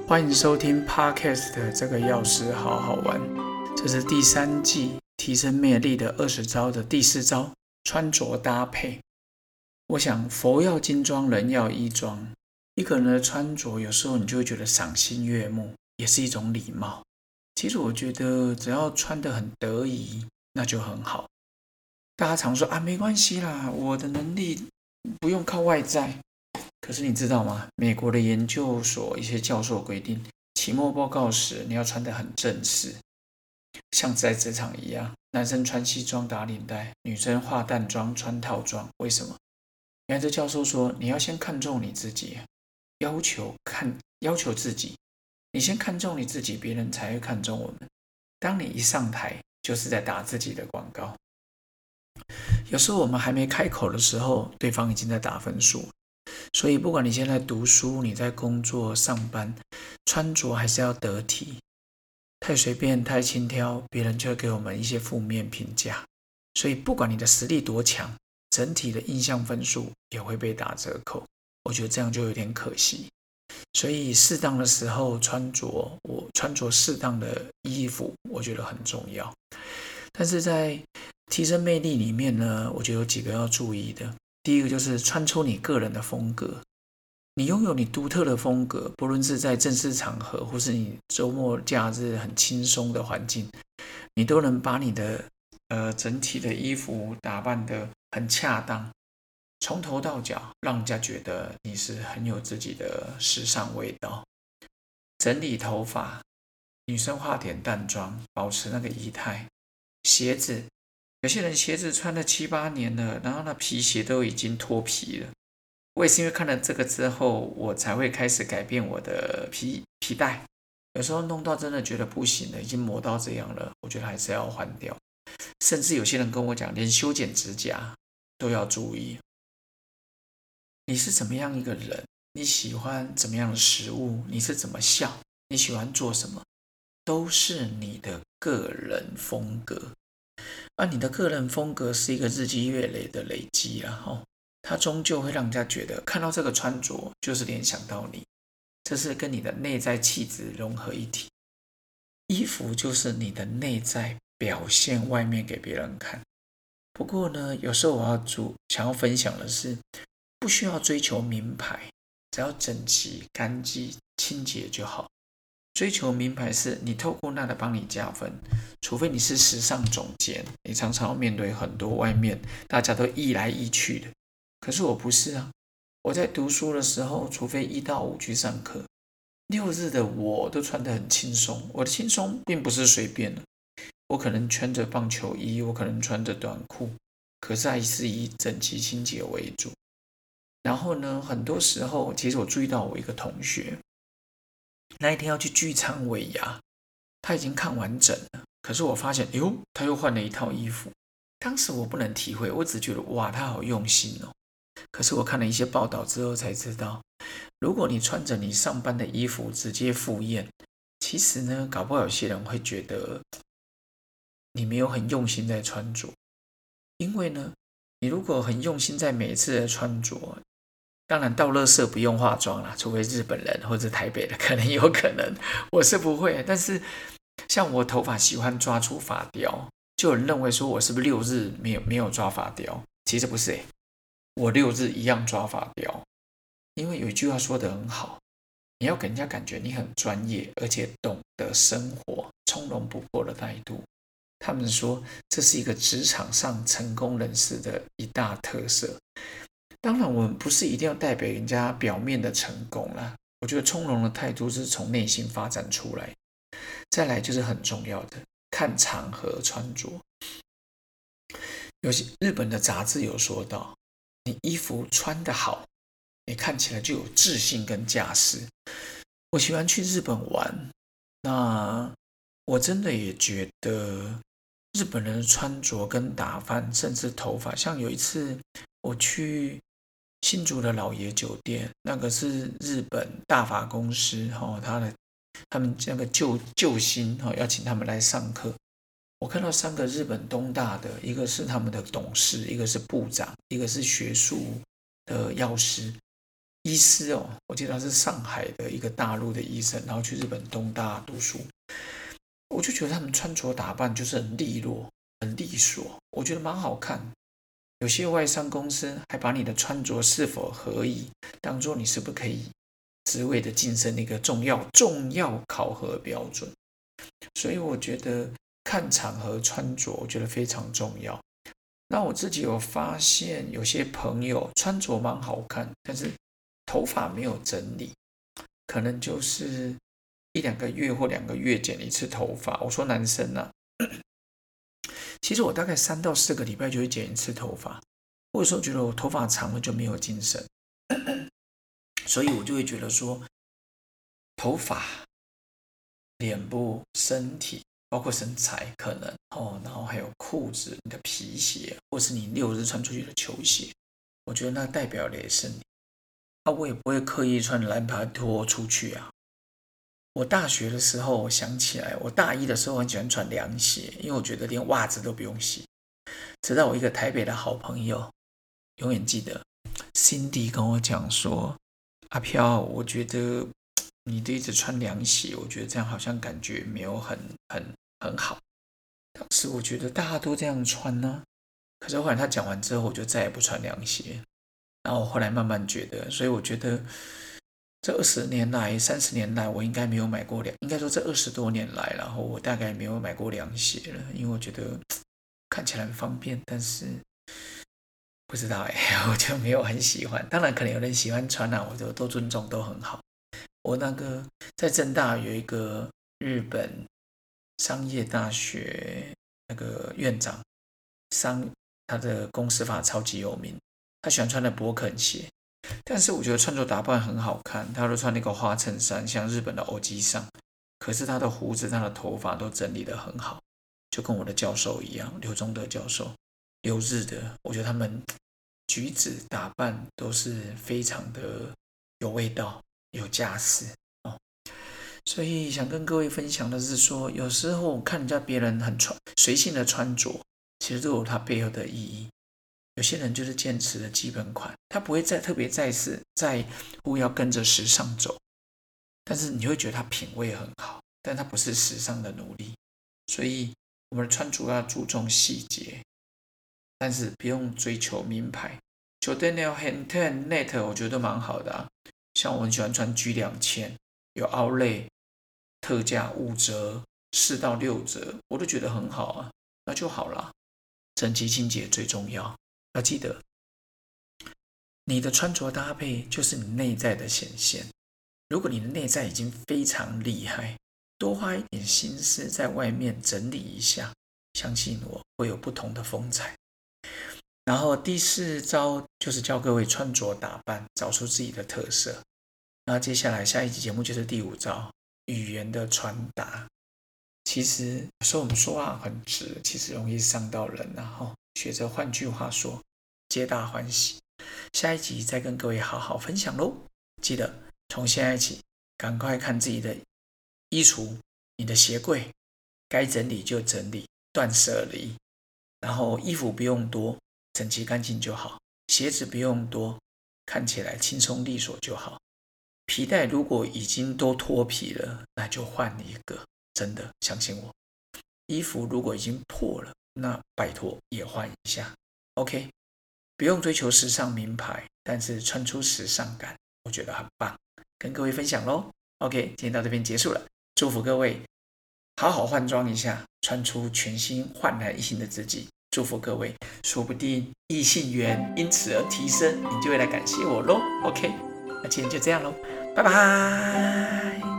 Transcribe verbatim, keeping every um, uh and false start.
欢迎收听 Podcast 的这个药师好好玩，这是第三季提升魅力的二十招的第四招，穿着搭配。我想佛要金装，人要衣装。一个人的穿着，有时候你就会觉得赏心悦目，也是一种礼貌。其实我觉得只要穿得很得宜，那就很好。大家常说啊，没关系啦，我的能力不用靠外在。可是你知道吗？美国的研究所一些教授规定，期末报告时你要穿得很正式，像在职场一样，男生穿西装打领带，女生化淡妆穿套装。为什么？原来这教授说，你要先看重你自己，要求看要求自己，你先看重你自己，别人才会看重我们。当你一上台，就是在打自己的广告。有时候我们还没开口的时候，对方已经在打分数。所以不管你现在读书，你在工作上班，穿着还是要得体。太随便太轻佻，别人就会给我们一些负面评价。所以不管你的实力多强，整体的印象分数也会被打折扣。我觉得这样就有点可惜。所以适当的时候穿着，我穿着适当的衣服，我觉得很重要。但是在提升魅力里面呢，我觉得有几个要注意的。第一个就是穿出你个人的风格，你拥有你独特的风格，不论是在正式场合，或是你周末假日很轻松的环境，你都能把你的呃整体的衣服打扮得很恰当，从头到脚，让人家觉得你是很有自己的时尚味道。整理头发，女生化点淡妆，保持那个仪态。鞋子，有些人鞋子穿了七八年了，然后那皮鞋都已经脱皮了。我也是因为看了这个之后，我才会开始改变我的皮皮带。有时候弄到真的觉得不行了，已经磨到这样了，我觉得还是要换掉。甚至有些人跟我讲，连修剪指甲都要注意。你是怎么样一个人？你喜欢怎么样的食物？你是怎么笑？你喜欢做什么？都是你的个人风格。而你的个人风格是一个日积月累的累积啦，吼，它终究会让人家觉得看到这个穿着就是联想到你，这是跟你的内在气质融合一体。衣服就是你的内在表现外面给别人看。不过呢，有时候我要主想要分享的是，不需要追求名牌，只要整齐、干净、清洁就好。追求名牌是你透过那来帮你加分，除非你是时尚总监，你常常要面对很多外面大家都易来易去的。可是我不是啊，我在读书的时候，除非一到五去上课，六日的我都穿得很轻松。我的轻松并不是随便的，我可能穿着棒球衣，我可能穿着短裤，可是还是以整齐清洁为主。然后呢，很多时候其实我注意到我一个同学，那一天要去剧场尾牙，他已经看完整了，可是我发现，哟，他又换了一套衣服。当时我不能体会，我只觉得哇，他好用心哦。可是我看了一些报道之后才知道，如果你穿着你上班的衣服直接赴宴，其实呢，搞不好有些人会觉得你没有很用心在穿着。因为呢，你如果很用心在每一次的穿着，当然到垃圾不用化妆啦，除非日本人或者台北的可能有可能，我是不会。但是像我头发喜欢抓出发雕，就有人认为说我是不是六日没有没有抓发雕？其实不是诶，我六日一样抓发雕。因为有一句话说得很好，你要给人家感觉你很专业，而且懂得生活，从容不迫的态度。他们说这是一个职场上成功人士的一大特色。当然我们不是一定要代表人家表面的成功啦，我觉得从容的态度是从内心发展出来。再来就是很重要的，看场合穿着。有些日本的杂志有说到，你衣服穿得好，你看起来就有自信跟架势。我喜欢去日本玩，那我真的也觉得日本人的穿着跟打扮，甚至头发，像有一次我去新竹的老爷酒店，那个是日本大法公司哦，他的他们那个救救星哦，邀请他们来上课。我看到三个日本东大的，一个是他们的董事，一个是部长，一个是学术的药师， 医师哦，我记得他是上海的一个大陆的医生，然后去日本东大读书。我就觉得他们穿着打扮就是很利落、很利索，我觉得蛮好看。有些外商公司还把你的穿着是否合宜当做你是不是可以职位的晋升的一个重要重要考核标准。所以我觉得看场合穿着，我觉得非常重要。那我自己有发现，有些朋友穿着蛮好看，但是头发没有整理，可能就是一两个月或两个月剪一次头发。我说男生啊，其实我大概三到四个礼拜就会剪一次头发。或者说觉得我头发长了就没有精神，所以我就会觉得说，头发、脸部、身体，包括身材，可能哦，然后还有裤子、你的皮鞋，或是你六日穿出去的球鞋，我觉得那代表的也是你。啊，我也不会刻意穿蓝牌拖出去啊。我大学的时候，我想起来，我大一的时候很喜欢穿凉鞋，因为我觉得连袜子都不用洗。直到我一个台北的好朋友，永远记得 Cindy 跟我讲说，阿飘，我觉得你都一直穿凉鞋，我觉得这样好像感觉没有很很很好。当时我觉得大家都这样穿呢、啊，可是后来他讲完之后，我就再也不穿凉鞋。然后我后来慢慢觉得，所以我觉得这二十年来、三十年来，我应该没有买过凉，应该说这二十多年来，然后我大概没有买过凉鞋了，因为我觉得看起来很方便，但是不知道哎，我就没有很喜欢。当然，可能有人喜欢穿啊，我就都尊重，都很好。我那个在政大有一个日本商业大学那个院长，商他的公司法超级有名，他喜欢穿的勃肯鞋，但是我觉得穿着打扮很好看。他都穿那个花衬衫，像日本的欧吉桑，可是他的胡子、他的头发都整理得很好，就跟我的教授一样，刘忠德教授。留日的，我觉得他们举止打扮都是非常的有味道、有架势哦。所以想跟各位分享的是说，有时候看人家别人很穿随性的穿着，其实都有它背后的意义。有些人就是坚持的基本款，他不会再特别在是在乎要跟着时尚走，但是你会觉得他品味很好，但他不是时尚的奴隶。所以我们的穿着要注重细节，但是不用追求名牌。九 Daniel Hanten Net 我觉得蛮好的啊，像我很喜欢穿 G 两千，有 Outlet 特价五折、四到六折，我都觉得很好啊，那就好了。整齐清洁最重要，要记得，你的穿着搭配就是你内在的显现。如果你的内在已经非常厉害，多花一点心思在外面整理一下，相信我会有不同的风采。然后第四招就是教各位穿着打扮，找出自己的特色。那接下来下一集节目就是第五招，语言的传达。其实有时候我们说话很直，其实容易伤到人，然后学着换句话说，皆大欢喜。下一集再跟各位好好分享咯。记得从现在起，赶快看自己的衣橱，你的鞋柜，该整理就整理，断舍离。然后衣服不用多，整齐干净就好，鞋子不用多，看起来轻松利索就好。皮带如果已经都脱皮了，那就换一个，真的相信我。衣服如果已经破了，那拜托也换一下 OK。 不用追求时尚名牌，但是穿出时尚感，我觉得很棒，跟各位分享咯。 OK， 今天到这边结束了，祝福各位好好换装一下，穿出全新焕然一新的自己。祝福各位，说不定异性缘因此而提升，你就会来感谢我咯。 OK， 那今天就这样咯，拜拜。